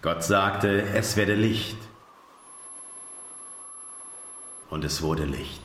Gott sagte, es werde Licht. Und es wurde Licht.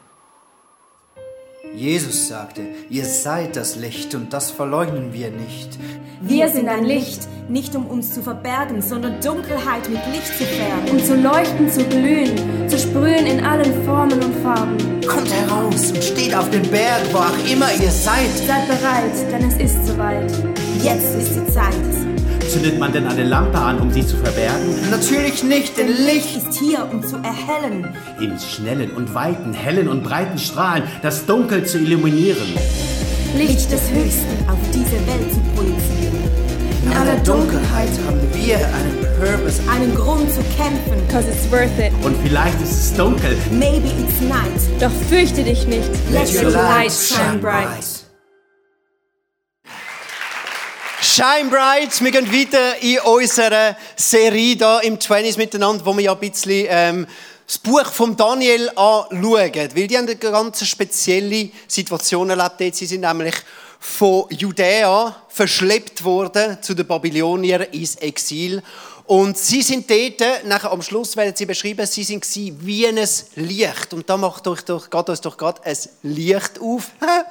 Jesus sagte, ihr seid das Licht und das verleugnen wir nicht. Wir sind ein Licht, nicht um uns zu verbergen, sondern Dunkelheit mit Licht zu färben. Um zu leuchten, zu glühen, zu sprühen in allen Formen und Farben. Kommt heraus und steht auf den Berg, wo auch immer ihr seid. Seid bereit, denn es ist soweit. Jetzt ist die Zeit. Zündet man denn eine Lampe an, um sie zu verbergen? Natürlich nicht, denn Licht ist hier, um zu erhellen. In schnellen und weiten, hellen und breiten Strahlen das Dunkel zu illuminieren. Licht des Höchsten auf diese Welt zu projizieren. In aller Dunkelheit haben wir einen Purpose, einen Grund zu kämpfen. Because it's worth it. Und vielleicht ist es dunkel. Maybe it's night. Doch fürchte dich nicht. Let your light shine bright. Shine Bright, wir gehen weiter in unserer Serie hier im 20s miteinander, wo wir ja ein bisschen das Buch von Daniel anschauen. Weil die haben eine ganz spezielle Situation erlebt. Sie sind nämlich von Judäa verschleppt worden zu den Babyloniern ins Exil. Und sie sind dort, nachher am Schluss werden sie beschrieben, sie sind wie ein Licht. Und da geht uns doch gerade ein Licht auf.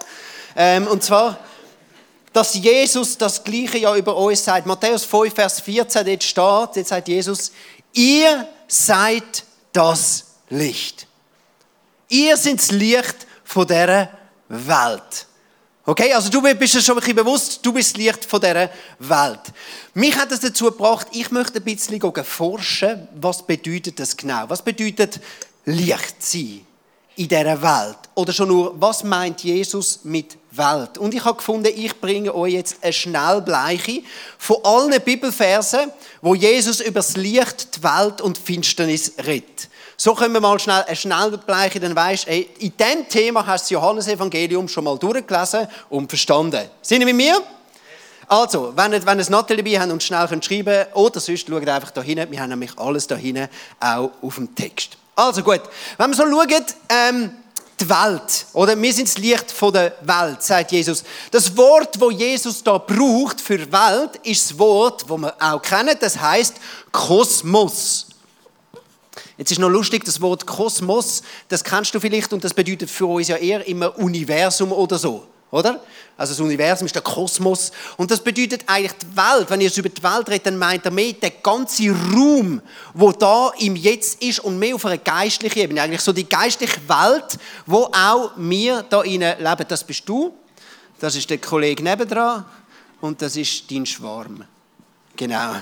Und zwar, dass Jesus das Gleiche ja über uns sagt. Matthäus 5, Vers 14, dort sagt Jesus, ihr seid das Licht. Ihr seid das Licht von dieser Welt. Okay, also du bist dir schon ein bisschen bewusst, du bist das Licht von dieser Welt. Mich hat es dazu gebracht, ich möchte ein bisschen forschen, was bedeutet das genau? Was bedeutet Licht sein in dieser Welt? Oder schon nur, was meint Jesus mit Welt? Und ich habe gefunden, ich bringe euch jetzt eine Schnellbleiche von allen Bibelversen, wo Jesus über das Licht, die Welt und die Finsternis redet. So können wir mal schnell eine Schnellbleiche, dann weisst du, in diesem Thema hast du das Johannesevangelium schon mal durchgelesen und verstanden. Sind ihr mit mir? Also, wenn ihr ein Nattel dabei habt und schnell schreiben könnt, oder sonst schaut einfach da hinten, wir haben nämlich alles da hinten auch auf dem Text. Also gut, wenn wir so schauen, die Welt, oder? Wir sind das Licht von der Welt, sagt Jesus. Das Wort, das Jesus da braucht für Welt, ist das Wort, das wir auch kennen, das heisst Kosmos. Jetzt ist noch lustig, das Wort Kosmos, das kennst du vielleicht und das bedeutet für uns ja eher immer Universum oder so, oder? Also das Universum ist der Kosmos und das bedeutet eigentlich die Welt. Wenn ihr über die Welt redet, dann meint er mehr den ganzen Raum, wo da im Jetzt ist und mehr auf einer geistlichen Ebene. Eigentlich so die geistliche Welt, wo auch wir da innen leben. Das bist du, das ist der Kollege nebendran und das ist dein Schwarm. Genau.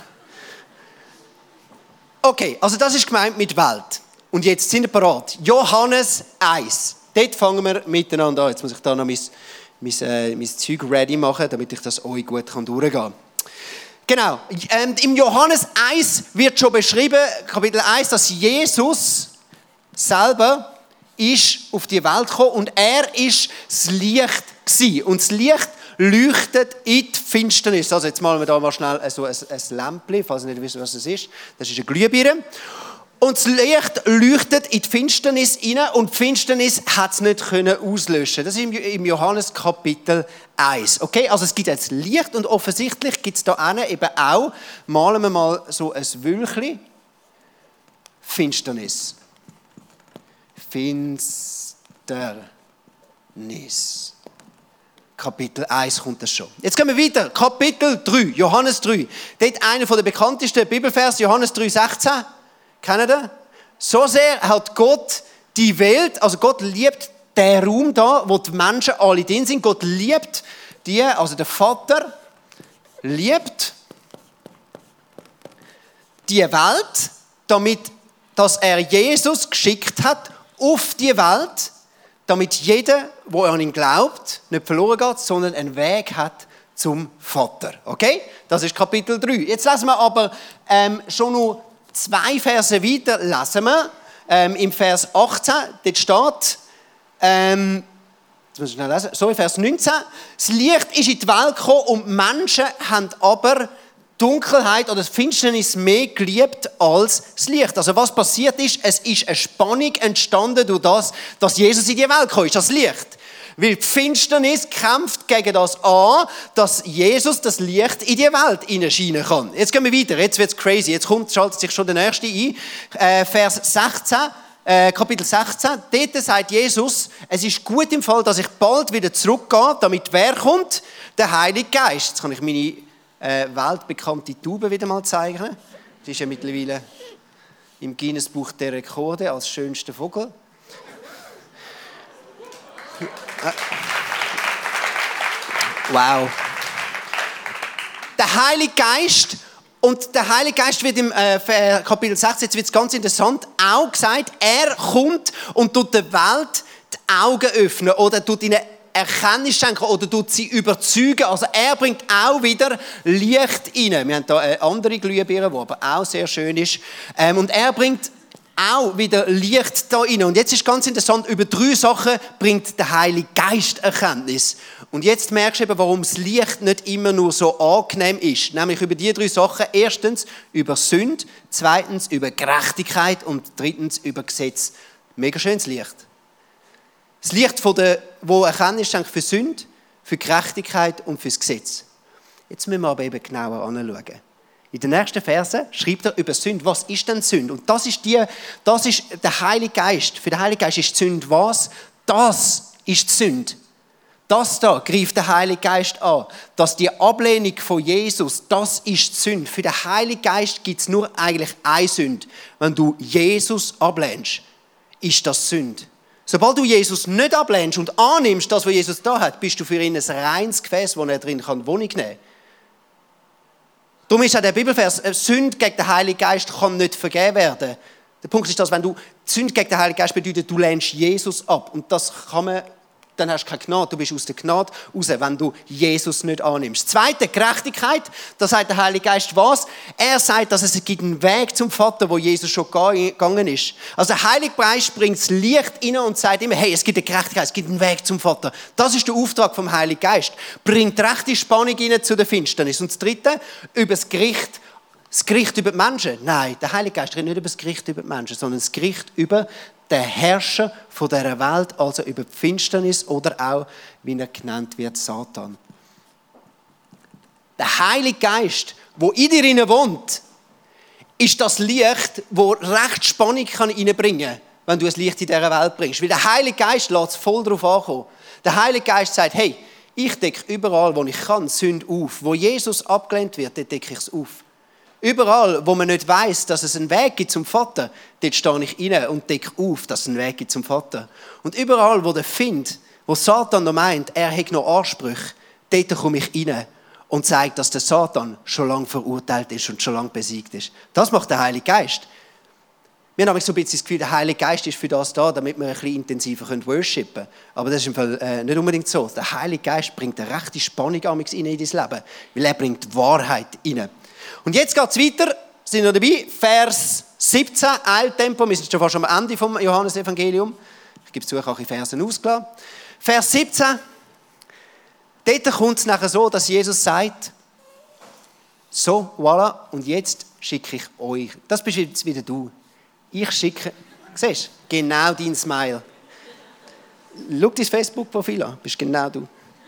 Okay, also das ist gemeint mit Welt. Und jetzt sind wir bereit. Johannes 1. Dort fangen wir miteinander an. Jetzt muss ich da noch mein Zeug ready machen, damit ich das euch gut durchgehen kann. Genau. Im Johannes 1 wird schon beschrieben, Kapitel 1, dass Jesus selber ist auf die Welt gekommen und er ist das Licht gewesen. Und das Licht leuchtet in die Finsternis. Also jetzt malen wir da mal schnell so ein Lämpchen, falls ihr nicht wisst, was es ist. Das ist eine Glühbirne. Und das Licht leuchtet in die Finsternis hinein und die Finsternis hat es nicht auslöschen. Das ist im Johannes Kapitel 1. Okay, also es gibt jetzt Licht und offensichtlich gibt es da eben auch, malen wir mal so ein Wölkchen, Finsternis. Finsternis. Kapitel 1 kommt das schon. Jetzt gehen wir weiter. Kapitel 3, Johannes 3. Dort einer der bekanntesten Bibelverse, Johannes 3,16. Kennt ihr? So sehr hat Gott die Welt, also Gott liebt den Raum da, wo die Menschen alle drin sind. Gott liebt die, also der Vater liebt die Welt, dass er Jesus geschickt hat auf die Welt, damit jeder, der an ihn glaubt, nicht verloren geht, sondern einen Weg hat zum Vater. Okay? Das ist Kapitel 3. Jetzt lesen wir aber schon noch 2 Verse weiter. Lesen wir im Vers 18, dort steht, jetzt muss ich schnell lesen, so in Vers 19, das Licht ist in die Welt gekommen und die Menschen haben aber Dunkelheit oder Finsternis mehr geliebt als das Licht. Also was passiert ist, es ist eine Spannung entstanden durch das, dass Jesus in die Welt gekommen ist, das Licht. Weil die Finsternis kämpft gegen das an, dass Jesus das Licht in die Welt hineinscheinen kann. Jetzt gehen wir weiter, jetzt wird es crazy. Jetzt schaltet sich schon der Nächste ein. Vers 16, Kapitel 16. Dort sagt Jesus, es ist gut im Fall, dass ich bald wieder zurückgehe, damit wer kommt? Der Heilige Geist. Jetzt kann ich meine weltbekannte Taube wieder mal zeigen. Die ist ja mittlerweile im Guinness-Buch der Rekorde als schönster Vogel. Wow. Der Heilige Geist, und der Heilige Geist wird im Kapitel 16, jetzt wird es ganz interessant, auch gesagt, er kommt und tut der Welt die Augen öffnen oder tut ihnen Erkenntnis schenken oder tut sie überzeugen. Also er bringt auch wieder Licht rein. Wir haben hier eine andere Glühbirne, die aber auch sehr schön ist. Und er bringt auch wieder Licht da rein. Und jetzt ist ganz interessant, über 3 Sachen bringt der Heilige Geist Erkenntnis. Und jetzt merkst du eben, warum das Licht nicht immer nur so angenehm ist. Nämlich über die 3 Sachen. Erstens über Sünde, zweitens über Gerechtigkeit und drittens über Gesetz. Mega schönes Licht. Das Licht, wo Erkenntnis schenkt für Sünde, für Gerechtigkeit und fürs Gesetz. Jetzt müssen wir aber eben genauer anschauen. In den nächsten Versen schreibt er über Sünde. Was ist denn Sünde? Und das ist der Heilige Geist. Für den Heiligen Geist ist Sünde was? Das ist die Sünde. Das da greift der Heilige Geist an. Dass die Ablehnung von Jesus, das ist die Sünde. Für den Heiligen Geist gibt es nur eigentlich eine Sünde. Wenn du Jesus ablehnst, ist das Sünde. Sobald du Jesus nicht ablehnst und annimmst, das, was Jesus da hat, bist du für ihn ein reines Gefäß, wo er drin Wohnung nehmen kann. Darum ist auch der Bibelvers, Sünde gegen den Heiligen Geist kann nicht vergeben werden. Der Punkt ist, dass wenn du Sünde gegen den Heiligen Geist bedeutet, du lehnst Jesus ab. Und das kann man, dann hast du keine Gnade. Du bist aus der Gnade raus, wenn du Jesus nicht annimmst. Zweite, Gerechtigkeit. Da sagt der Heilige Geist was? Er sagt, dass es gibt einen Weg zum Vater, wo Jesus schon gegangen ist. Also der Heilige Geist bringt das Licht rein und sagt immer, hey, es gibt eine Gerechtigkeit, es gibt einen Weg zum Vater. Das ist der Auftrag vom Heiligen Geist. Bringt rechte Spannung rein zu der Finsternis. Und das Dritte, über das Gericht. Das Gericht über die Menschen. Nein, der Heilige Geist redet nicht über das Gericht über die Menschen, sondern das Gericht über den Herrscher von dieser Welt, also über die Finsternis oder auch, wie er genannt wird, Satan. Der Heilige Geist, der in dir wohnt, ist das Licht, das recht Spannung reinbringen kann, wenn du ein Licht in dieser Welt bringst. Weil der Heilige Geist lässt es voll darauf ankommen. Der Heilige Geist sagt, hey, ich decke überall, wo ich kann, Sünde auf. Wo Jesus abgelehnt wird, dort decke ich es auf. Überall, wo man nicht weiss, dass es einen Weg gibt zum Vater, dort stehe ich rein und decke auf, dass es einen Weg gibt zum Vater. Und überall, wo der findet, wo Satan noch meint, er hat noch Ansprüche, dort komme ich rein und zeige, dass der Satan schon lange verurteilt ist und schon lange besiegt ist. Das macht der Heilige Geist. Wir haben so ein bisschen das Gefühl, der Heilige Geist ist für das da, damit wir ein bisschen intensiver worshipen können. Aber das ist im Fall nicht unbedingt so. Der Heilige Geist bringt eine rechte Spannung in dein Leben, weil er bringt Wahrheit rein. Und jetzt geht es weiter, sind wir dabei, Vers 17, Eiltempo, wir sind schon fast am Ende vom Johannesevangelium. Ich gebe es zu, ich habe ein Versen ausgelassen. Vers 17, dort kommt es nachher so, dass Jesus sagt, so, voilà, und jetzt schicke ich euch. Das bist jetzt wieder du. Ich schicke, siehst du, genau dein Smile. Schau dein Facebook-Profil an, bist genau du.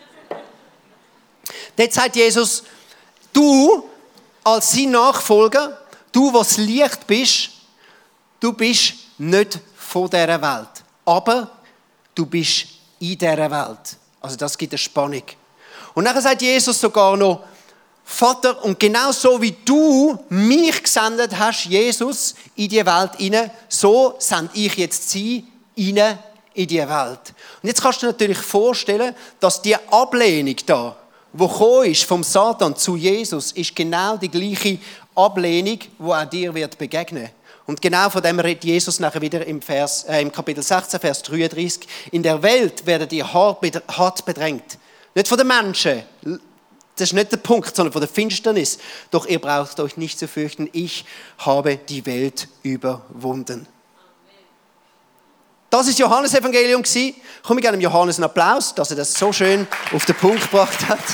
Dort sagt Jesus, du, als sein Nachfolger, du, der das Licht bist, du bist nicht von dieser Welt. Aber du bist in dieser Welt. Also das gibt eine Spannung. Und dann sagt Jesus sogar noch, Vater, und genau so wie du mich gesendet hast, Jesus, in die Welt hinein, so sende ich jetzt sie hinein in die Welt. Und jetzt kannst du dir natürlich vorstellen, dass die Ablehnung da, die gekommen ist vom Satan zu Jesus, ist genau die gleiche Ablehnung, die auch dir wird begegnen. Und genau von dem redet Jesus nachher wieder im Kapitel 16, Vers 33. In der Welt werdet ihr hart bedrängt. Nicht von den Menschen, das ist nicht der Punkt, sondern von der Finsternis. Doch ihr braucht euch nicht zu fürchten, ich habe die Welt überwunden. Das war das Johannesevangelium. Komm, ich gebe dem Johannes einen Applaus, dass er das so schön auf den Punkt gebracht hat.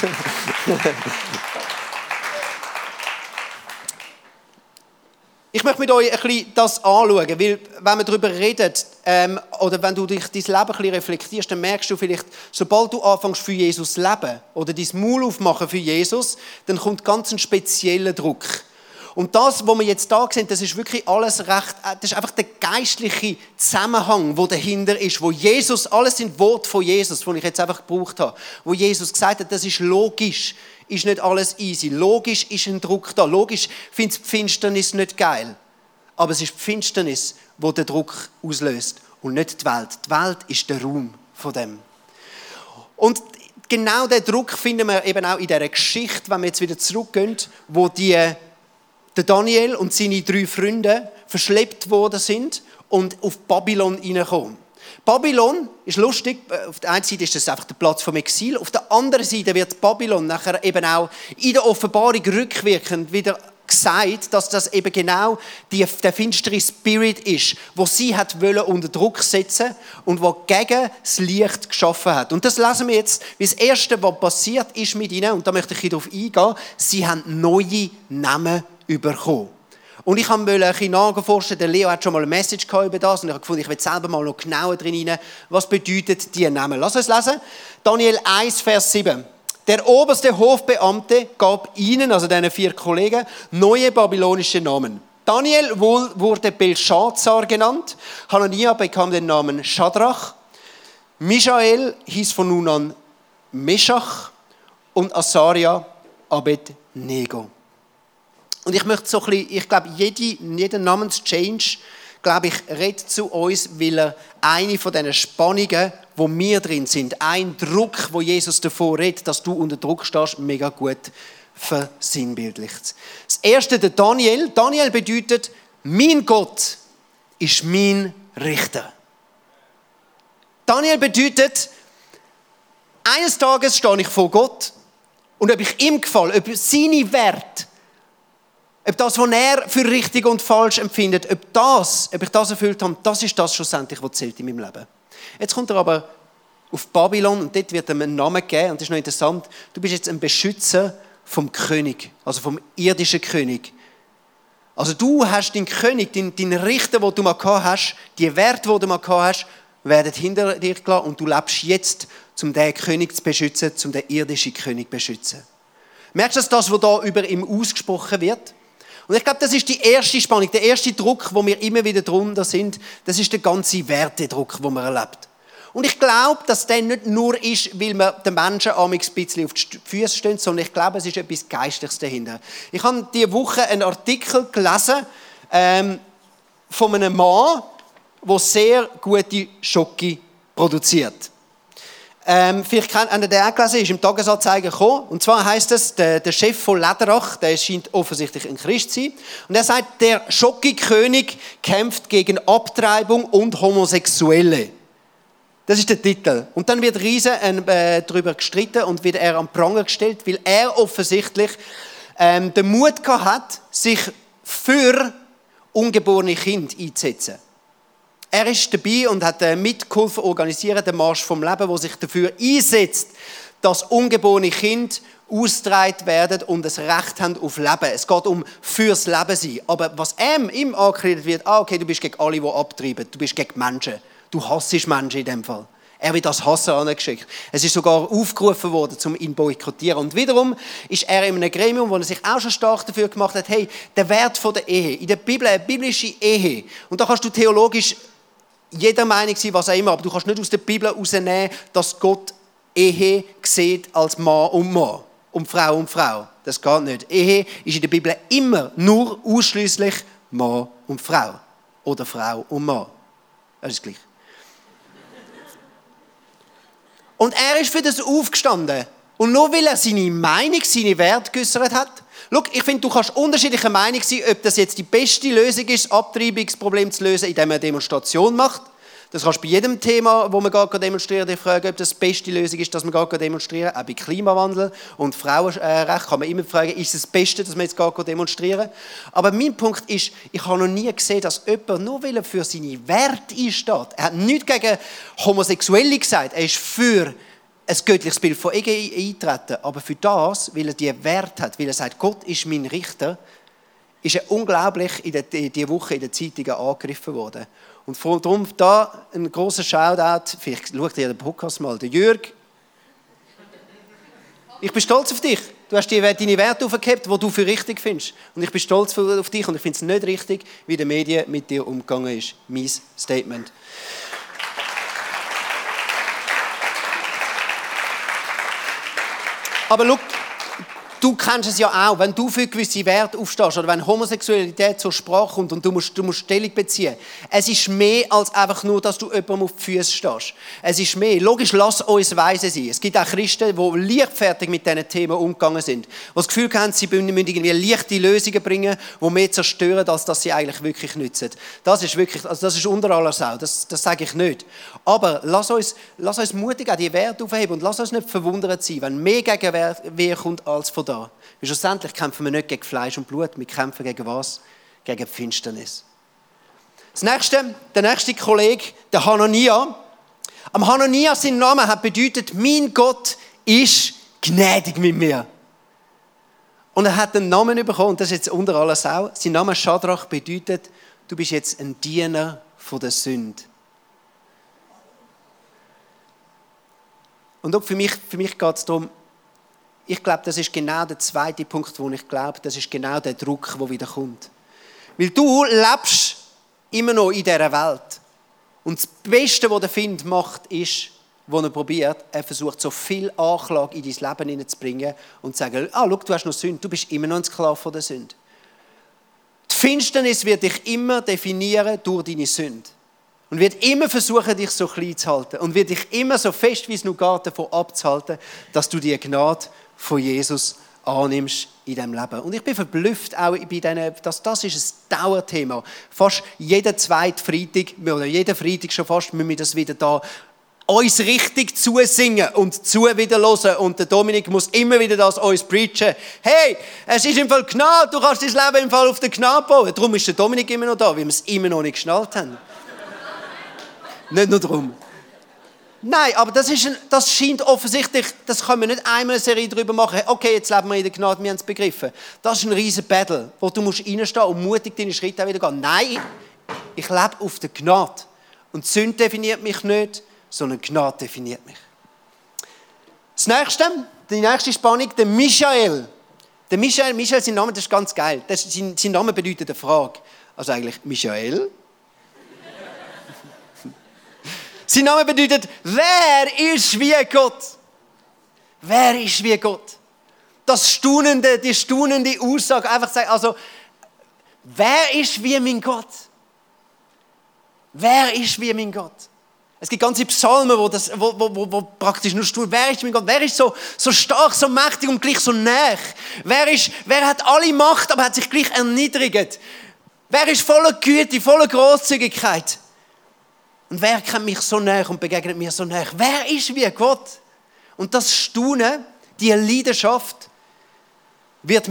Ich möchte mit euch ein bisschen das anschauen, weil wenn wir darüber reden, oder wenn du dich dein Leben ein bisschen reflektierst, dann merkst du vielleicht, sobald du anfängst für Jesus zu leben oder dein Maul aufmachen für Jesus, dann kommt ganz ein spezieller Druck. Und das, was wir jetzt da sehen, das ist wirklich alles recht, das ist einfach der geistliche Zusammenhang, der dahinter ist, wo Jesus, alles sind Worte von Jesus, die ich jetzt einfach gebraucht habe, wo Jesus gesagt hat, das ist logisch, ist nicht alles easy. Logisch ist ein Druck da. Logisch findet die Finsternis nicht geil. Aber es ist die Finsternis, die den Druck auslöst und nicht die Welt. Die Welt ist der Raum von dem. Und genau diesen Druck finden wir eben auch in dieser Geschichte, wenn wir jetzt wieder zurückgehen, wo der Daniel und seine 3 Freunde verschleppt worden sind und auf Babylon hineinkommen. Babylon ist lustig, auf der einen Seite ist das einfach der Platz vom Exil, auf der anderen Seite wird Babylon nachher eben auch in der Offenbarung rückwirkend wieder gesagt, dass das eben genau der finstere Spirit ist, wo sie hat unter Druck setzen und wo gegen das Licht geschaffen hat. Und das lesen wir jetzt, wie das Erste, was passiert ist mit ihnen, und da möchte ich darauf eingehen, sie haben neue Namen bekommen. Und ich wollte ein bisschen nachforschen, der Leo hat schon mal eine Message über das und ich habe gefunden, ich will selber mal noch genauer drin rein, was bedeutet die Namen. Lass uns lesen. Daniel 1, Vers 7. Der oberste Hofbeamte gab ihnen, also diesen 4 Kollegen, neue babylonische Namen. Daniel wurde Belshazzar genannt, Hanania bekam den Namen Schadrach, Michael hieß von nun an Meschach und Asaria Abednego. Und ich möchte so ein bisschen, ich glaube, jeder Namenschange, glaube ich, redet zu uns, weil er eine von diesen Spannungen, wo wir drin sind, ein Druck, wo Jesus davor redet, dass du unter Druck stehst, mega gut versinnbildlicht. Das erste, der Daniel. Daniel bedeutet, mein Gott ist mein Richter. Daniel bedeutet, eines Tages stehe ich vor Gott und ob ich ihm gefalle, ob seine Werte, ob das, was er für richtig und falsch empfindet, ob ich das erfüllt habe, das ist das schlussendlich, was zählt in meinem Leben. Jetzt kommt er aber auf Babylon und dort wird ihm einen Namen gegeben. Und das ist noch interessant. Du bist jetzt ein Beschützer vom König, also vom irdischen König. Also du hast den König, den Richter, den du mal gehabt hast, die Werte, die du mal gehabt hast, werden hinter dir gelassen und du lebst jetzt, um den König zu beschützen, um den irdischen König zu beschützen. Merkst du das, was da über ihm ausgesprochen wird? Und ich glaube, das ist die erste Spannung, der erste Druck, wo wir immer wieder drunter sind, das ist der ganze Wertedruck, den man erlebt. Und ich glaube, dass der nicht nur ist, weil man den Menschen ein bisschen auf die Füße stehen, sondern ich glaube, es ist etwas Geistliches dahinter. Ich habe diese Woche einen Artikel gelesen von einem Mann, der sehr gute Schoki produziert. Vielleicht habt ihr den auch gelesen, ist im Tagesanzeiger gekommen. Und zwar heisst es, der Chef von Lederach, der scheint offensichtlich ein Christ zu sein. Und er sagt, der Schoki-König kämpft gegen Abtreibung und Homosexuelle. Das ist der Titel. Und dann wird riesen darüber gestritten und wird er am Pranger gestellt, weil er offensichtlich den Mut gehabt hat, sich für ungeborene Kinder einzusetzen. Er ist dabei und hat mitgeholfen organisieren, den Marsch vom Leben, der sich dafür einsetzt, dass ungeborene Kinder ausgetragen werden und das Recht haben auf Leben. Es geht um fürs Leben sein. Aber was ihm angekreidet wird, okay, du bist gegen alle, die abtreiben. Du bist gegen Menschen. Du hassest Menschen in dem Fall. Er wird das Hassen angeschickt. Es ist sogar aufgerufen worden, um ihn zu boykottieren. Und wiederum ist er in einem Gremium, wo er sich auch schon stark dafür gemacht hat, hey, der Wert von der Ehe, in der Bibel eine biblische Ehe. Und da kannst du theologisch jeder Meinung sein, was auch immer, aber du kannst nicht aus der Bibel herausnehmen, dass Gott Ehe sieht als Mann und Mann und Frau und Frau. Das geht nicht. Ehe ist in der Bibel immer nur ausschliesslich Mann und Frau. Oder Frau und Mann. Das ist gleich. Und er ist für das aufgestanden. Und nur weil er seine Meinung, seine Werte geäußert hat. Schau, ich finde, du kannst unterschiedlicher Meinung sein, ob das jetzt die beste Lösung ist, das Abtreibungsproblem zu lösen, indem man eine Demonstration macht. Das kannst du bei jedem Thema, wo man gerade demonstrieren, dich fragen, ob das die beste Lösung ist, dass man gerade demonstrieren. Auch bei Klimawandel und Frauenrecht kann man immer fragen, ist es das Beste, dass man jetzt gerade demonstrieren. Aber mein Punkt ist, ich habe noch nie gesehen, dass jemand, nur weil er für seine Werte einsteht, er hat nichts gegen Homosexuelle gesagt, er ist für ein göttliches Bild von Ehe eintreten, aber für das, weil er die Werte hat, weil er sagt, Gott ist mein Richter, ist er unglaublich in dieser Woche in den Zeitungen angegriffen worden. Und darum da ein grosser Shoutout, vielleicht schaut ihr den Podcast mal, der Jürg. Ich bin stolz auf dich. Du hast deine Werte aufgehebt, die du für richtig findest. Und ich bin stolz auf dich und ich finde es nicht richtig, wie die Medien mit dir umgegangen ist. Mein Statement. Aber schau, du kennst es ja auch, wenn du für gewisse Werte aufstehst oder wenn Homosexualität zur Sprache kommt und du musst Stellung beziehen. Es ist mehr als einfach nur, dass du jemandem auf die Füße stehst. Es ist mehr. Logisch, lass uns weise sein. Es gibt auch Christen, die leichtfertig mit diesen Themen umgegangen sind. Die das Gefühl haben, sie müssen irgendwie leichte Lösungen bringen, die mehr zerstören, als dass sie eigentlich wirklich nützen. Das ist wirklich, also das ist unter aller Sau. Das sage ich nicht. Aber lass uns mutig auch die Werte aufheben und lass uns nicht verwundert sein, wenn mehr Gegenwehr kommt als von da. Weil schlussendlich kämpfen wir nicht gegen Fleisch und Blut, wir kämpfen gegen was? Gegen die Finsternis. Der nächste Kollege, der Hanania. Am Hanania, sein Name hat bedeutet, mein Gott ist gnädig mit mir. Und er hat einen Namen bekommen, und das ist jetzt unter aller Sau. Sein Name Schadrach bedeutet, du bist jetzt ein Diener von der Sünde. Und auch für mich geht es darum, ich glaube, das ist genau der zweite Punkt, wo ich glaube, das ist genau der Druck, der wieder kommt. Weil du lebst immer noch in dieser Welt. Und das Beste, was der Find macht, ist, was er probiert, er versucht, so viel Anklage in dein Leben hineinzubringen und zu sagen, schau, du hast noch Sünde, du bist immer noch ein Sklave von der Sünde. Die Finsternis wird dich immer definieren durch deine Sünde. Und wird immer versuchen, dich so klein zu halten. Und wird dich immer so fest, wie es nur geht, davon abzuhalten, dass du die Gnade von Jesus annimmst in diesem Leben. Und ich bin verblüfft auch bei denen, dass das ist ein Dauerthema. Fast jeden zweiten Freitag, oder jeden Freitag schon fast, müssen wir das wieder da uns richtig zusingen und wieder hören. Und der Dominik muss immer wieder das uns preachen. Hey, es ist im Fall Gnade, du kannst dein Leben im Fall auf der Gnade bauen. Darum ist der Dominik immer noch da, weil wir es immer noch nicht geschnallt haben. Nicht nur darum. Nein, aber das scheint offensichtlich, das können wir nicht einmal eine Serie darüber machen. Okay, jetzt leben wir in der Gnade, wir haben es begriffen. Das ist ein riesen Battle, wo du reinstehen musst und mutig deine Schritte auch wieder gehen. Nein, ich lebe auf der Gnade. Und Sünde definiert mich nicht, sondern Gnade definiert mich. Das nächste, die nächste Spannung, der Michael. Der Michael, sein Name, das ist ganz geil. Sein Name bedeutet eine Frage. Also eigentlich Michael. Sein Name bedeutet, wer ist wie Gott? Wer ist wie Gott? Die staunende Aussage, einfach sagen, also, wer ist wie mein Gott? Wer ist wie mein Gott? Es gibt ganze Psalmen, wo praktisch nur staunen. Wer ist mein Gott? Wer ist so stark, so mächtig und gleich so nah? Wer hat alle Macht, aber hat sich gleich erniedrigt? Wer ist voller Güte, voller Großzügigkeit? Und wer kennt mich so nah und begegnet mir so nah? Wer ist wie Gott? Und das Staunen, diese Leidenschaft, wird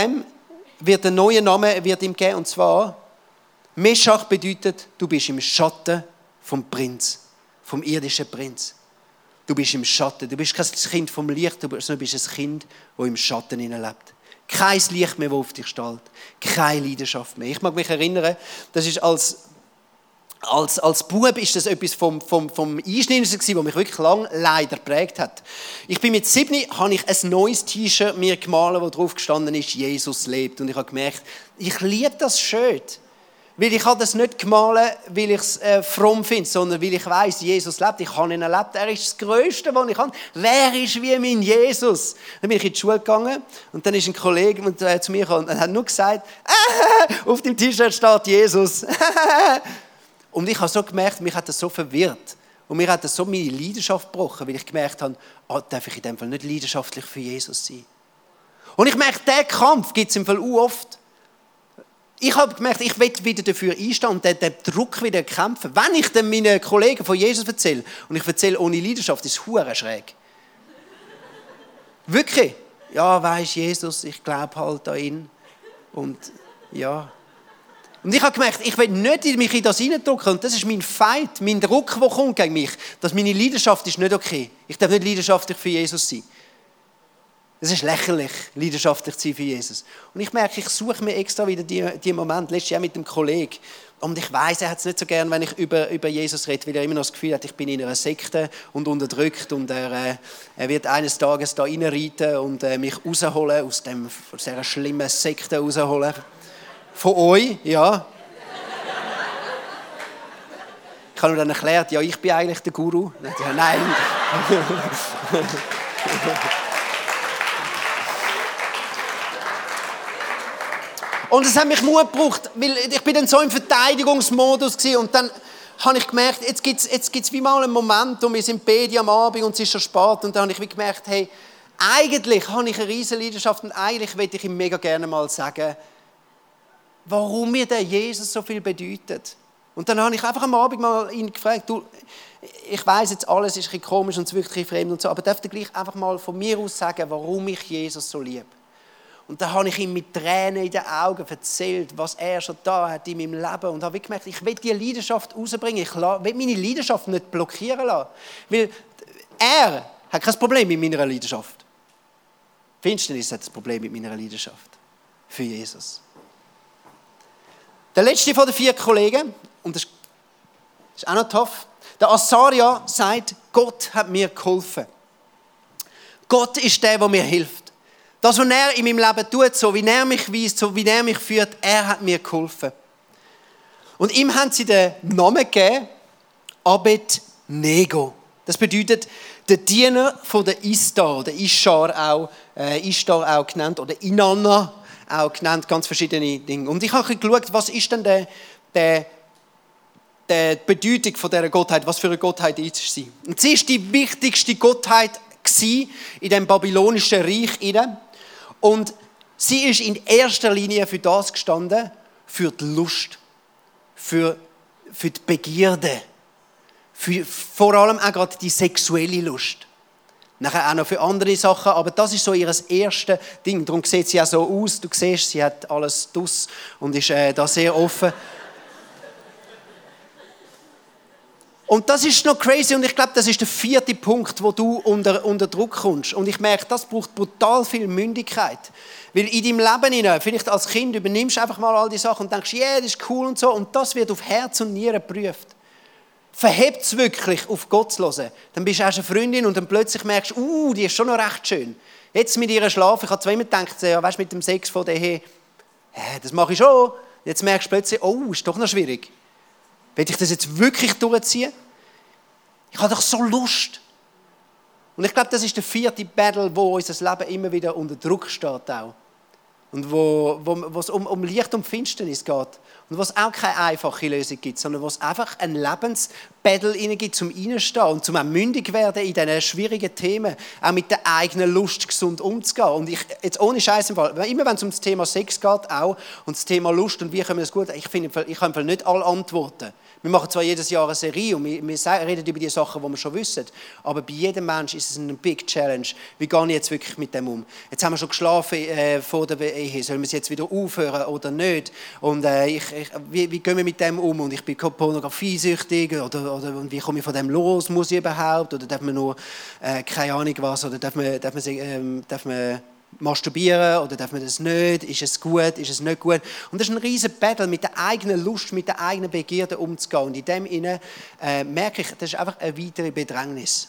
ein neuer Name ihm geben. Und zwar, Meschach bedeutet, du bist im Schatten vom Prinz, vom irdischen Prinz. Du bist im Schatten. Du bist kein Kind vom Licht, sondern du bist ein Kind, das im Schatten lebt. Kein Licht mehr, das auf dich strahlt. Keine Leidenschaft mehr. Ich mag mich erinnern, das ist als Bub ist das etwas vom Einschneiden, das mich wirklich lange leider geprägt hat. Ich bin mit 7, habe ich ein neues T-Shirt mir gemalt, wo drauf gestanden ist, Jesus lebt. Und ich habe gemerkt, ich liebe das schön. Weil ich habe das nicht gemalt, weil ich es fromm finde, sondern weil ich weiss, Jesus lebt. Ich habe ihn erlebt. Er ist das Größte, was ich kann. Wer ist wie mein Jesus? Dann bin ich in die Schule gegangen und dann ist ein Kollege zu mir gekommen und hat nur gesagt, auf dem T-Shirt steht Jesus. Und ich habe so gemerkt, mich hat das so verwirrt. Und mir hat das so meine Leidenschaft gebrochen, weil ich gemerkt habe, darf ich in dem Fall nicht leidenschaftlich für Jesus sein. Und ich merke, diesen Kampf gibt es im Fall auch oft. Ich habe gemerkt, ich will wieder dafür einstehen und den Druck wieder kämpfen. Wenn ich dann meinen Kollegen von Jesus erzähle, und ich erzähle ohne Leidenschaft, ist es hure schräg. Wirklich. Ja, weisst Jesus, ich glaube halt an ihn. Und ja. Und ich habe gemerkt, ich will nicht mich in das hineindrücken. Und das ist mein Fight, mein Druck, der kommt gegen mich. Dass meine Leidenschaft ist nicht okay. Ich darf nicht leidenschaftlich für Jesus sein. Es ist lächerlich, leidenschaftlich zu sein für Jesus. Und ich merke, ich suche mir extra wieder die Momente. Letztes Jahr mit dem Kollegen, Und ich weiss, er hat es nicht so gern, wenn ich über Jesus rede, weil er immer noch das Gefühl hat, ich bin in einer Sekte und unterdrückt und er wird eines Tages da reinreiten und mich rausholen, aus dieser schlimmen Sekte rausholen. Von euch, ja. Ich habe ihm dann erklärt, ja, ich bin eigentlich der Guru. Nein. Und es hat mich Mut gebraucht, weil ich bin dann so im Verteidigungsmodus gewesen, und dann habe ich gemerkt, jetzt gibt's wie mal einen Moment, und wir sind beide am Abend und es ist schon spät, und dann habe ich wie gemerkt, hey, eigentlich habe ich eine riesen Leidenschaft und eigentlich möchte ich ihm mega gerne mal sagen, warum mir der Jesus so viel bedeutet. Und dann habe ich einfach am Abend mal ihn gefragt, du, ich weiss jetzt, alles ist ein bisschen komisch und es ist wirklich fremd und so, aber darf ich gleich einfach mal von mir aus sagen, warum ich Jesus so liebe. Und dann habe ich ihm mit Tränen in den Augen erzählt, was er schon da hat in meinem Leben. Und habe gemerkt, ich will diese Leidenschaft rausbringen. Ich will meine Leidenschaft nicht blockieren lassen. Weil er hat kein Problem mit meiner Leidenschaft. Finsternis hat das Problem mit meiner Leidenschaft. Für Jesus. Der letzte von den 4 Kollegen, und das ist auch noch tough, der Azaria sagt, Gott hat mir geholfen. Gott ist der mir hilft. Das, was er in meinem Leben tut, so wie er mich weist, so wie er mich führt, er hat mir geholfen. Und ihm haben sie den Namen gegeben, Abed-Nego. Das bedeutet, der Diener von der Istar, oder Ishtar auch genannt, oder Inanna auch genannt, ganz verschiedene Dinge. Und ich habe geschaut, was ist denn die Bedeutung von dieser Gottheit, was für eine Gottheit ist sie. Und sie ist die wichtigste Gottheit in dem babylonischen Reich. Und sie ist in erster Linie für das gestanden, für die Lust, für die Begierde, für vor allem auch gerade die sexuelle Lust. Nachher auch noch für andere Sachen, aber das ist so ihr erstes Ding. Darum sieht sie auch so aus. Du siehst, sie hat alles draus und ist da sehr offen. Und das ist noch crazy und ich glaube, das ist der 4. Punkt, wo du unter Druck kommst. Und ich merke, das braucht brutal viel Mündigkeit. Weil in deinem Leben, vielleicht als Kind, übernimmst du einfach mal all die Sachen und denkst, yeah, das ist cool und so. Und das wird auf Herz und Nieren geprüft. Verhebt es wirklich, auf Gott zu hören. Dann bist du erst eine Freundin und dann plötzlich merkst du, die ist schon noch recht schön. Jetzt mit ihr schlafen, ich habe zwar immer gedacht, ja, weißt, mit dem Sex von der Ehe, das mache ich schon. Jetzt merkst du plötzlich, ist doch noch schwierig. Will ich das jetzt wirklich durchziehen? Ich habe doch so Lust. Und ich glaube, das ist der 4. Battle, wo unser Leben immer wieder unter Druck steht auch. Und wo es um Licht und Finsternis geht. Und wo es auch keine einfache Lösung gibt, sondern wo es einfach ein Lebensbattle gibt, zum Reinstehen und zum auch mündig werden in diesen schwierigen Themen, auch mit der eigenen Lust gesund umzugehen. Und jetzt ohne Scheiß im Fall, immer wenn es um das Thema Sex geht, auch, und das Thema Lust und wie können wir das gut, ich habe nicht alle Antworten. Wir machen zwar jedes Jahr eine Serie und wir reden über die Sachen, die wir schon wissen, aber bei jedem Menschen ist es eine Big Challenge. Wie gehe ich jetzt wirklich mit dem um? Jetzt haben wir schon geschlafen vor der Ehe, sollen wir es jetzt wieder aufhören oder nicht? Und wie gehen wir mit dem um? Und ich bin pornografiesüchtig oder wie komme ich von dem los? Muss ich überhaupt? Oder darf man nur, keine Ahnung was, oder darf man masturbieren oder darf man das nicht? Ist es gut? Ist es nicht gut? Und das ist ein riesen Battle, mit der eigenen Lust, mit der eigenen Begierde umzugehen. Und in dem Sinne merke ich, das ist einfach eine weitere Bedrängnis.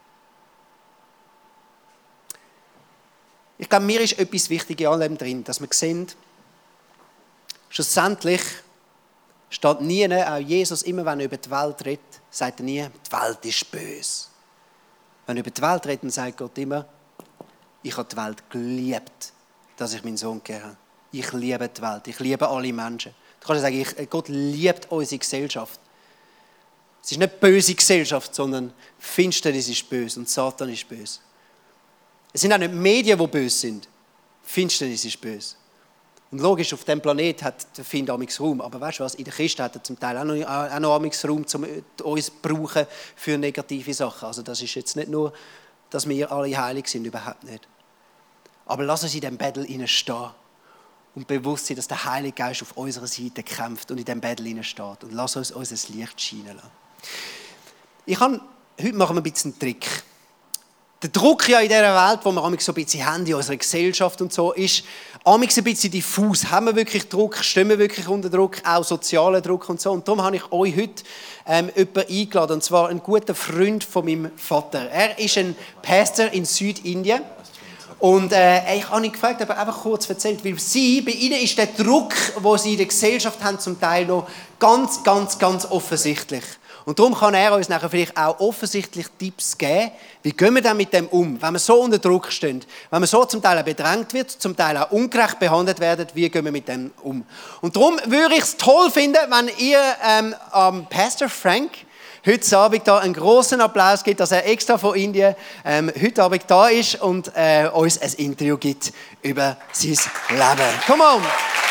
Ich glaube, mir ist etwas wichtig in allem drin, dass wir sehen, schlussendlich steht nie, auch Jesus, immer wenn er über die Welt redet, sagt er nie, die Welt ist böse. Wenn er über die Welt redet, dann sagt Gott immer, ich habe die Welt geliebt, dass ich meinen Sohn gegeben habe. Ich liebe die Welt, ich liebe alle Menschen. Du kannst sagen, Gott liebt unsere Gesellschaft. Es ist nicht böse Gesellschaft, sondern Finsternis ist böse und Satan ist böse. Es sind auch nicht Medien, die böse sind. Finsternis ist böse. Und logisch, auf diesem Planet hat der Find amigs Raum. Aber weißt du was, in der Kiste hat er zum Teil auch noch amigs Raum, um uns zu brauchen für negative Sachen. Also das ist jetzt nicht nur, dass wir alle heilig sind, überhaupt nicht. Aber lass uns in diesem Battle stehen und bewusst sein, dass der Heilige Geist auf unserer Seite kämpft und in diesem Battle steht. Und lass uns unser Licht scheinen lassen. Heute machen wir ein bisschen einen Trick. Der Druck ja in dieser Welt, wo wir so ein bisschen haben, in unserer Gesellschaft und so, ist ein bisschen diffus. Haben wir wirklich Druck? Stehen wir wirklich unter Druck? Auch sozialen Druck und so. Und darum habe ich euch heute jemanden eingeladen, und zwar einen guten Freund von meinem Vater. Er ist ein Pastor in Südindien. Und ich habe ihn gefragt, ob er einfach kurz erzählt, weil bei ihnen ist der Druck, den sie in der Gesellschaft haben, zum Teil noch ganz, ganz, ganz offensichtlich. Und darum kann er uns nachher vielleicht auch offensichtlich Tipps geben, wie gehen wir dann mit dem um, wenn wir so unter Druck stehen, wenn man so zum Teil auch bedrängt wird, zum Teil auch ungerecht behandelt werden, wie gehen wir mit dem um. Und darum würde ich es toll finden, wenn ihr Pastor Frank heute Abend da einen grossen Applaus gibt, dass er extra von Indien heute Abend da ist und uns ein Interview gibt über sein Leben. Come on!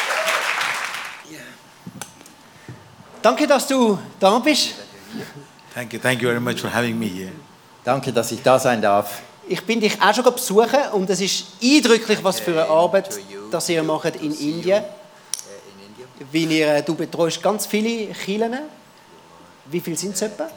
Danke, dass du da bist. Thank you very much for having me here. Danke, dass ich da sein darf. Ich bin dich auch schon besuchen und es ist eindrücklich, was für eine Arbeit das ihr macht in Indien. Du betreust ganz viele Kirchen. Wie viele sind es etwa?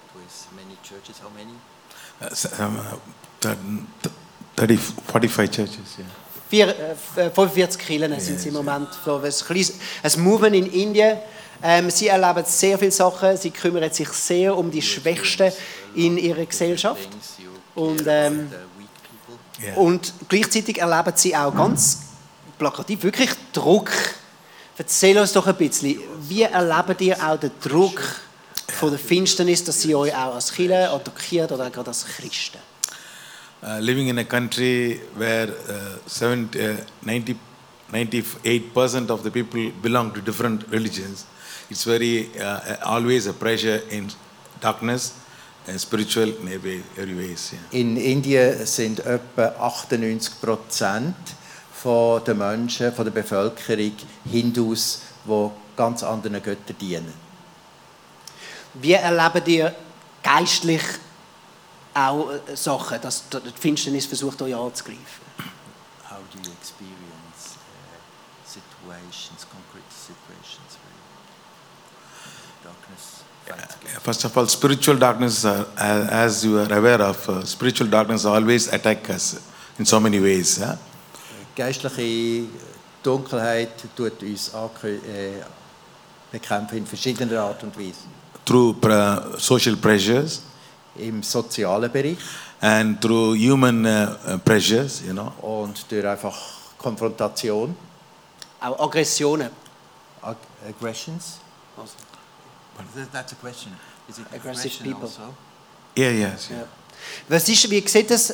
30, 45 churches. Yeah. 45 Kirchen sind es im Moment. So ein Movement in Indien. Sie erleben sehr viele Sachen. Sie kümmern sich sehr um die Schwächsten in ihrer Gesellschaft. Und gleichzeitig erleben sie auch ganz plakativ wirklich Druck. Erzähl uns doch ein bisschen, wie erlebt ihr auch den Druck von der Finsternis, dass sie euch auch als Kirche attackiert oder gerade als Christen? Living in a country where 98% of the people belong to different religions, it's very always a pressure in darkness and spiritual in every ways. Yeah. In Indien sind etwa 98% von den Menschen, von der Bevölkerung Hindus, die ganz anderen Göttern dienen. Wie erlebt ihr geistlich auch Sachen, dass die Finsternis versucht, euch anzugreifen? How do you experience situations, concrete situations where darkness fights against? First of all, spiritual darkness, as you are aware of, spiritual darkness always attack us in so many ways. Yeah? Geistliche Dunkelheit tut uns bekämpfen in verschiedener Art und Weise. Through social pressures. Im sozialen Bereich. And through human pressures, you know. Und durch einfach Konfrontation. Auch Aggressionen. Aggressions? Also. That's a question. Is it aggressive people? Also? Yeah, yes. Yeah. Wie sieht das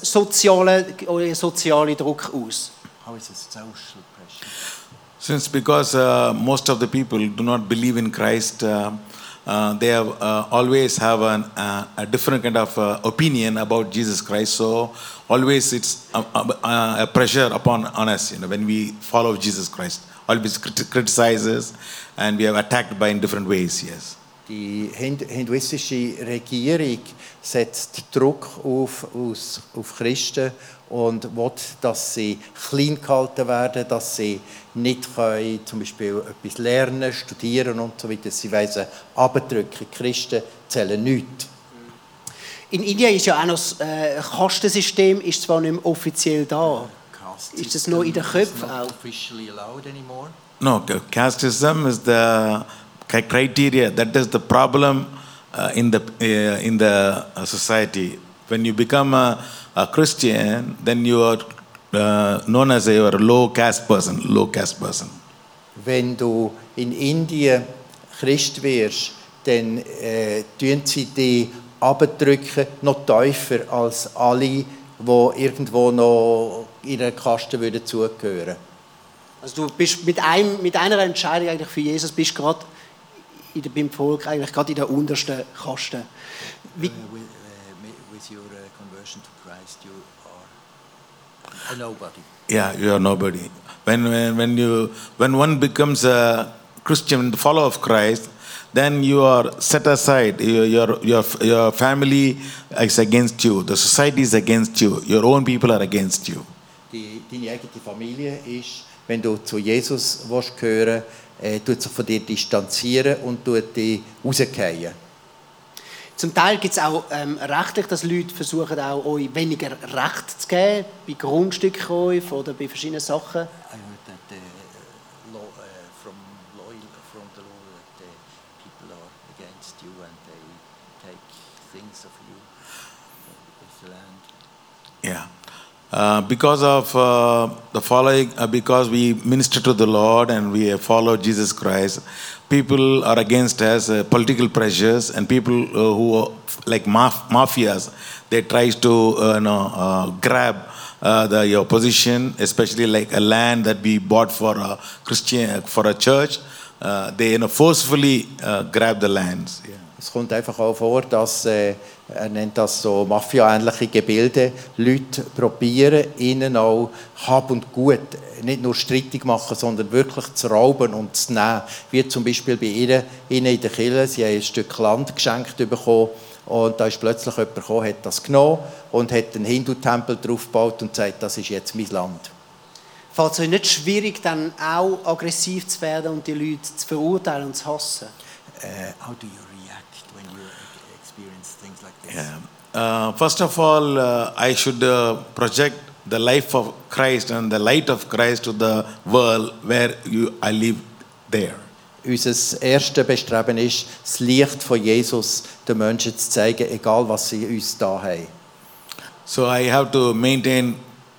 soziale Druck aus? How is it social pressure? Since because most of the people do not believe in Christ, they have always have a different kind of opinion about Jesus Christ. So always it's a pressure on us, you know, when we follow Jesus Christ. Always criticizes, and we are attacked by in different ways. Yes. Die hinduistische Regierung setzt Druck auf Christen und will, dass sie klein gehalten werden, dass sie nicht können, zum Beispiel etwas lernen, studieren und so weiter. Sie weisen abdrücken. Christen zählen nichts. In Indien ist ja auch noch das Kastensystem, ist zwar nicht mehr offiziell da. Ist das noch in den Köpfen auch? No, caste system is the criteria. That is the problem in the society. When you become a Christian, then you are known as a low caste person. Wenn du in Indien Christ wirst, dann tun sie dich abdrücken, noch tiefer als alle, die irgendwo noch in einer Kaste würden zugehören. Also du bist mit einer Entscheidung eigentlich für Jesus bist gerade beim Volk eigentlich gerade in der untersten Kaste. With your conversion to Christ, you are a nobody. Yeah, you are nobody. When one becomes a Christian, the follower of Christ, then you are set aside. Your family is against you. The society is against you. Your own people are against you. Deine eigene Familie ist, wenn du zu Jesus gehören willst, tut sich von dir distanzieren und tut dich rausgehen. Zum Teil gibt es auch rechtlich, dass Leute versuchen, auch euch weniger Recht zu geben, bei Grundstückkäufen oder bei verschiedenen Sachen. I heard that the law, from the law that the people are against you and they take things of you with the land. Yeah. Because of the following, because we minister to the Lord and we follow Jesus Christ, people are against us, political pressures, and people who are like mafias, they try to grab your position, especially like a land that we bought for a Christian, for a church. They forcefully grab the lands. Yeah. Es kommt einfach auch vor, dass er nennt das so Mafia-ähnliche Gebilde, Leute probieren, ihnen auch Hab und Gut nicht nur strittig machen, sondern wirklich zu rauben und zu nehmen. Wie zum Beispiel bei ihnen in der Kirche, sie haben ein Stück Land geschenkt bekommen und da ist plötzlich jemand gekommen, hat das genommen und hat einen Hindu-Tempel drauf gebaut und sagt, das ist jetzt mein Land. Fällt es euch nicht schwierig, dann auch aggressiv zu werden und die Leute zu verurteilen und zu hassen? How do you react when you experience things like this? Yeah. First of all, I should project the life of Christ and the light of Christ to the world where I live there. Unser erstes Bestreben ist, das Licht von Jesus den Menschen zu zeigen, egal was sie uns da haben. So I have to maintain,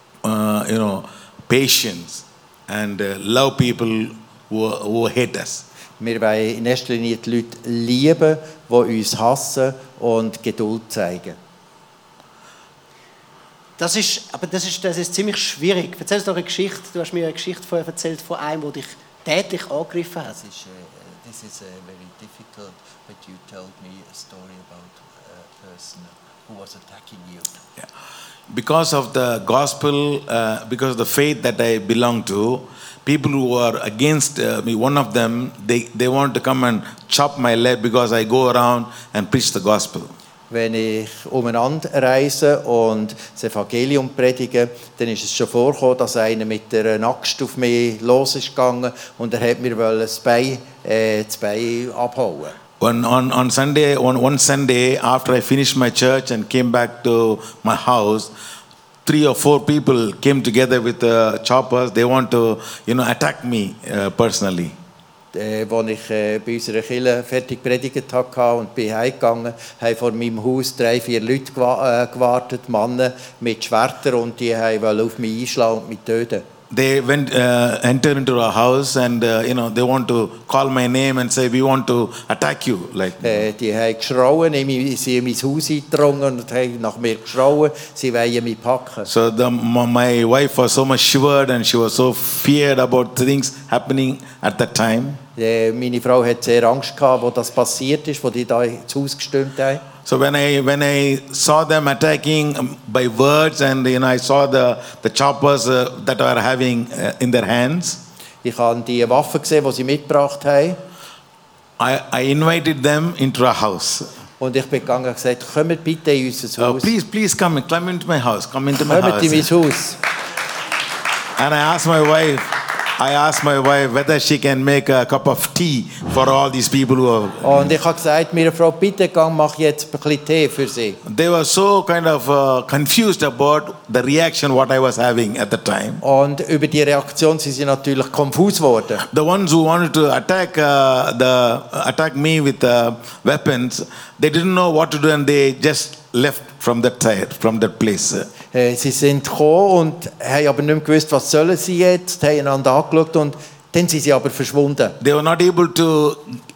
patience and love people who hate us. Wir wollen in erster Linie die Leute lieben, die uns hassen und Geduld zeigen. Das ist ziemlich schwierig. Erzähl uns doch eine Geschichte. Du hast mir eine Geschichte vorher erzählt von einem, der dich tätlich angegriffen hat. This is very difficult, but you told me a story about a person who was attacking you. Yeah. Because of the gospel, because of the faith that I belong to, people who are against me, one of them, they want to come and chop my leg because I go around and preach the gospel. Wenn ich umeinander reise und das Evangelium predige, dann ist es schon vorgekommen, dass einer mit einer Axt auf mich los ist gegangen und er hat mir das Bein abhauen. On Sunday, one Sunday, after I finished my church and came back to my house, 3 or 4 people came together with choppers. They want to, attack me personally. Als ich bei unserer Kirche fertig predigt hatte und bin heimgegangen, haben vor meinem Haus 3-4 Leute gewartet, Männer mit Schwertern, und die wollten auf mich einschlagen und mich töten. They enter into our house and they want to call my name and say we want to attack you. Die haben geschrauen, sie sind in mein Haus eingedrungen und haben nach mir geschrauen, sie wollen mich packen. So my wife was so much shivered and she was so feared about things happening at that time. Meine Frau hat sehr Angst gehabt, wo das passiert ist, wo die da ins Haus gestürmt haben. So when I saw them attacking by words and I saw the choppers that were having in their hands, ich habe die Waffen gesehen, die sie mitgebracht haben. I invited them into our house. Und ich bin gegangen und gesagt, kommt bitte in unser Haus. Please come into my house. Come into my house. Kommt in mein Haus. And I asked my wife whether she can make a cup of tea for all these people who are. Und ich habe gesagt, meine Frau, bitte mach jetzt ein bisschen Tee für sie. They were so kind of confused about the reaction what I was having at the time. Und über die Reaktion sind sie natürlich konfus geworden. The ones who wanted to attack me with weapons, they didn't know what to do and they just left from that place. Sie sind gekommen und haben aber nicht mehr gewusst, was sollen sie jetzt, haben einander angeschaut und dann sind sie aber verschwunden. They were not able to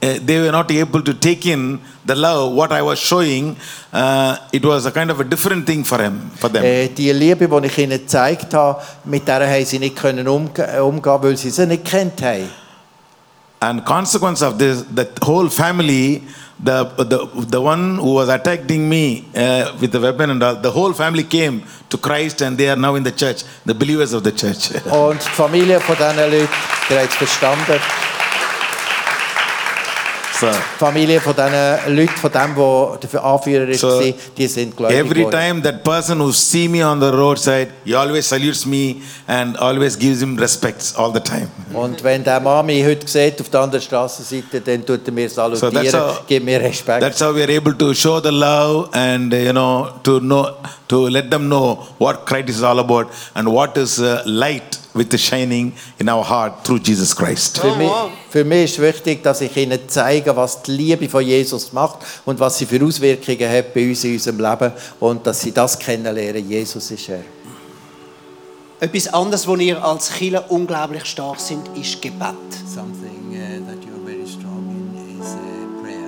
take in the love what I was showing. It was a kind of a different thing for them. Die Liebe, die ich ihnen gezeigt habe, mit der haben sie nicht können umgehen, weil sie sie nicht kennt haben. And consequence of this, the whole family, the one who was attacking me with the weapon and all, the whole family came to Christ and they are now in the church, the believers of the church. Und die Familie von diesen Leuten, die haben es verstanden. Familie von diesen Leuten, von dem, der der Anführer ist, So, die sind gläubig every geworden. time that person who see me on the roadside, he always salutes me and always gives him respects all the time. Und wenn der Mann mich heute sieht, auf der anderen Strassenseite, dann tut er mir salutieren, gibt mir Respekt. That's how we are able to show the love and to let them know what Christ is all about and what is light with the shining in our heart through Jesus Christ. Für mich ist wichtig, dass ich ihnen zeige, was die Liebe von Jesus macht und was sie für Auswirkungen hat bei uns in unserem Leben und dass sie das kennenlernen. Jesus ist Herr. Etwas anderes, wo ihr als Kirche unglaublich stark sind, ist Gebet. Something that you're very strong in is prayer.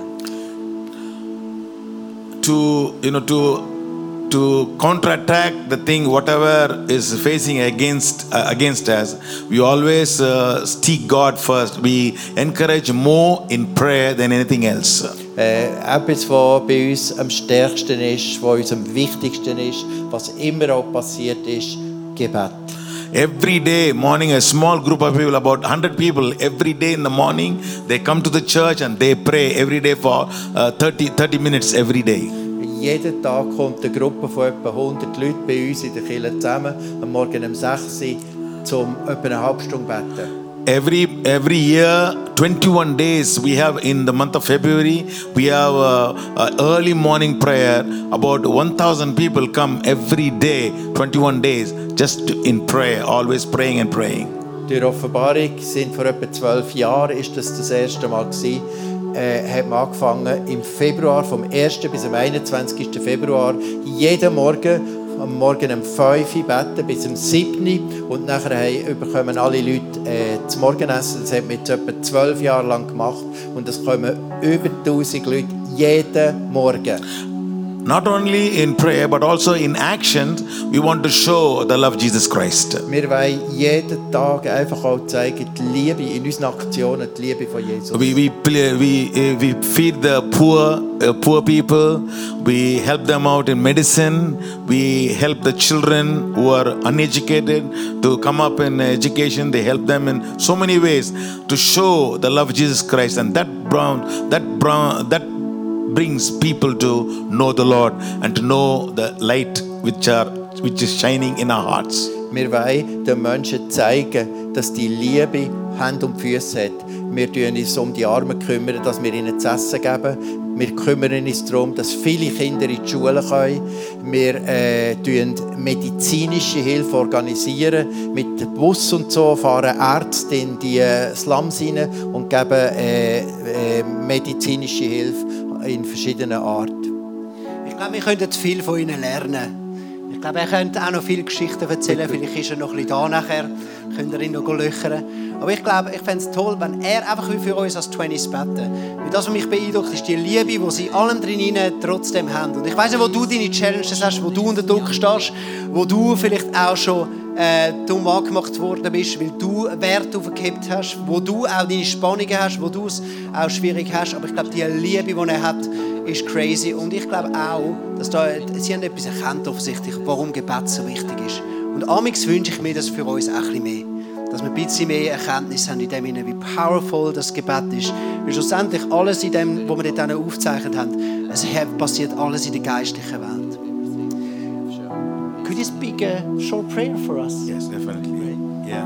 To counterattack the thing, whatever is facing against us, we always seek God first. We encourage more in prayer than anything else. Etwas, was bei uns am stärksten ist, was uns am wichtigsten ist, was immer auch passiert ist, Gebet. Every day morning, a small group of people, about 100 people, every day in the morning, they come to the church and they pray every day for 30 minutes every day. Jeden Tag kommt eine Gruppe von etwa 100 Leuten bei uns in der Kirche zusammen, am Morgen um 6 Uhr, um etwa eine halbe Stunde beten. Every year, 21 days we have in the month of February, we have a early morning prayer. About 1,000 people come every day, 21 days, just in prayer, always praying and praying. Durch Offenbarung sind vor etwa 12 Jahren ist das erste Mal gewesen. Hat man angefangen im Februar, vom 1. bis am 21. Februar, jeden Morgen, am Morgen um 5 Uhr beten bis am 7. Und nachher bekommen alle Leute das Morgenessen. Das hat man jetzt etwa 12 Jahre lang gemacht. Und es kommen über 1000 Leute jeden Morgen. Not only in prayer, but also in action, we want to show the love of Jesus Christ. Wir wollen jeden Tag einfach auch zeigen, die Liebe in unseren Aktionen, die Liebe von Jesus. We feed the poor people. We help them out in medicine. We help the children who are uneducated to come up in education. They help them in so many ways to show the love of Jesus Christ, and that brings people to know the Lord and to know the light which is shining in our hearts. Wir wollen den Menschen zeigen, dass die Liebe Hände und Füße hat. Wir kümmern uns um die Armen, dass wir ihnen zu essen geben. Wir kümmern uns darum, dass viele Kinder in die Schule können. Wir organisieren medizinische Hilfe. Mit dem Bus und so fahren Ärzte in die Slums rein und geben medizinische Hilfe in verschiedenen Arten. Ich glaube, wir könnten viel von ihnen lernen. Ich glaube, er könnte auch noch viele Geschichten erzählen. Vielleicht ist er noch ein bisschen da nachher. Könnt ihr ihn noch löchern. Aber ich glaube, ich fände es toll, wenn er einfach für uns als 20s beten. Weil das, was mich beeindruckt, ist die Liebe, die sie allem drin trotzdem haben. Und ich weiss nicht, wo du deine Challenges hast, wo du unter Druck stehst, wo du vielleicht auch schon dumm angemacht worden bist, weil du Wert aufgehebt hast, wo du auch deine Spannungen hast, wo du es auch schwierig hast. Aber ich glaube, die Liebe, die er hat, ist crazy. Und ich glaube auch, dass sie haben etwas erkannt, offensichtlich, warum Gebet so wichtig ist. Und amigs wünsche ich mir das für uns auch ein bisschen mehr. Dass wir ein bisschen mehr Erkenntnis haben in dem, wie powerful das Gebet ist. Weil schlussendlich alles in dem, was wir dort aufgezeichnet haben, es passiert alles in der geistlichen Welt. Could you speak a short prayer for us? Yes, definitely. Yeah.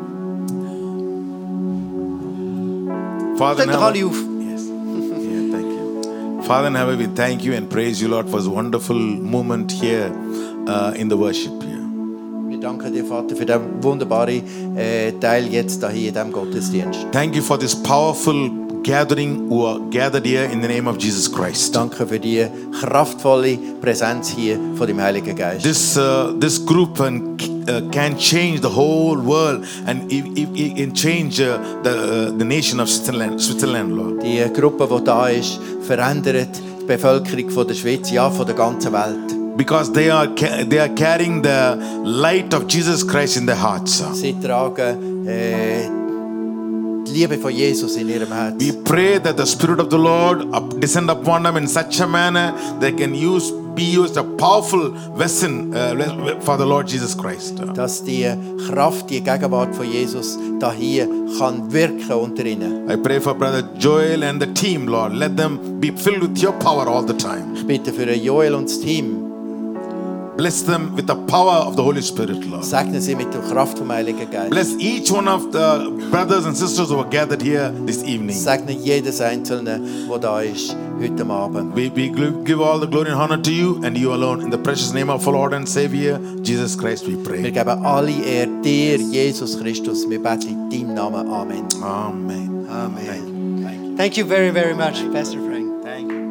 Father in heaven, yes. Yeah, thank you. Father in heaven, we thank you and praise you, Lord, for this wonderful moment here in the worship here. Wir danken dir, Vater, für den wunderbaren Teil jetzt hier in diesem Gottesdienst. Thank you for this powerful gathering who are gathered here in the name of Jesus Christ. Danke für die kraftvolle Präsenz hier von dem Heiligen Geist. This group can change the whole world and change the nation of Switzerland, Lord. Die Gruppe, die da ist, verändert die Bevölkerung von der Schweiz, ja, von der ganzen Welt. Because they are carrying the light of Jesus Christ in their hearts. Sie tragen die Liebe von Jesus in ihrem Herzen. We pray that the Spirit of the Lord descend upon them in such a manner they can use be used a powerful vessel for the Lord Jesus Christ. Dass die Kraft, die Gegenwart von Jesus da hier kann wirken unter ihnen. I pray for Brother Joel and the team, Lord. Let them be filled with your power all the time. Ich bitte für Joel und das Team. Bless them with the power of the Holy Spirit, Lord. Segne sie mit der Kraft vom Heiligen Geist. Bless each one of the brothers and sisters who are gathered here this evening. Segne jedes Einzelne, der da ist heute Abend. We give all the glory and honor to you and you alone. In the precious name of our Lord and Savior, Jesus Christ, we Wir pray. geben alle Ehre dir, Jesus Christus. Wir beten in deinem Namen. Amen. Amen. Amen. Thank you very, very much, Pastor Frank. Thank you.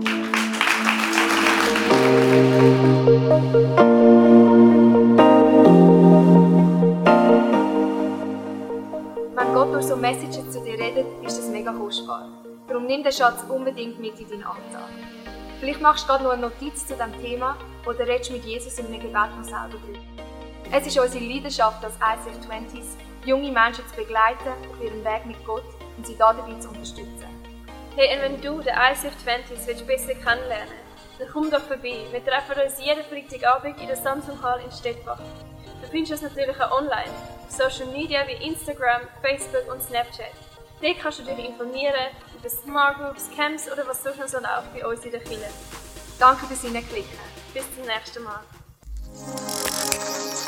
Wenn Gott durch so Messages zu dir redet, ist das mega kostbar. Darum nimm den Schatz unbedingt mit in deinen Alltag. Vielleicht machst du gerade noch eine Notiz zu diesem Thema oder redest mit Jesus in einem Gebet noch selber drüber. Es ist unsere Leidenschaft als ICF 20s, junge Menschen zu begleiten auf ihrem Weg mit Gott und sie dabei zu unterstützen. Hey, und wenn du den ICF 20s besser kennenlernen willst, dann komm doch vorbei. Wir treffen uns jeden Freitagabend in der Samsung Hall in Stettbach. Du findest uns natürlich auch online, auf Social Media wie Instagram, Facebook und Snapchat. Dort kannst du dich informieren über Smart Groups, Camps oder was sonst noch so läuft bei uns in der Kirche. Danke fürs Hineinklicken. Bis zum nächsten Mal.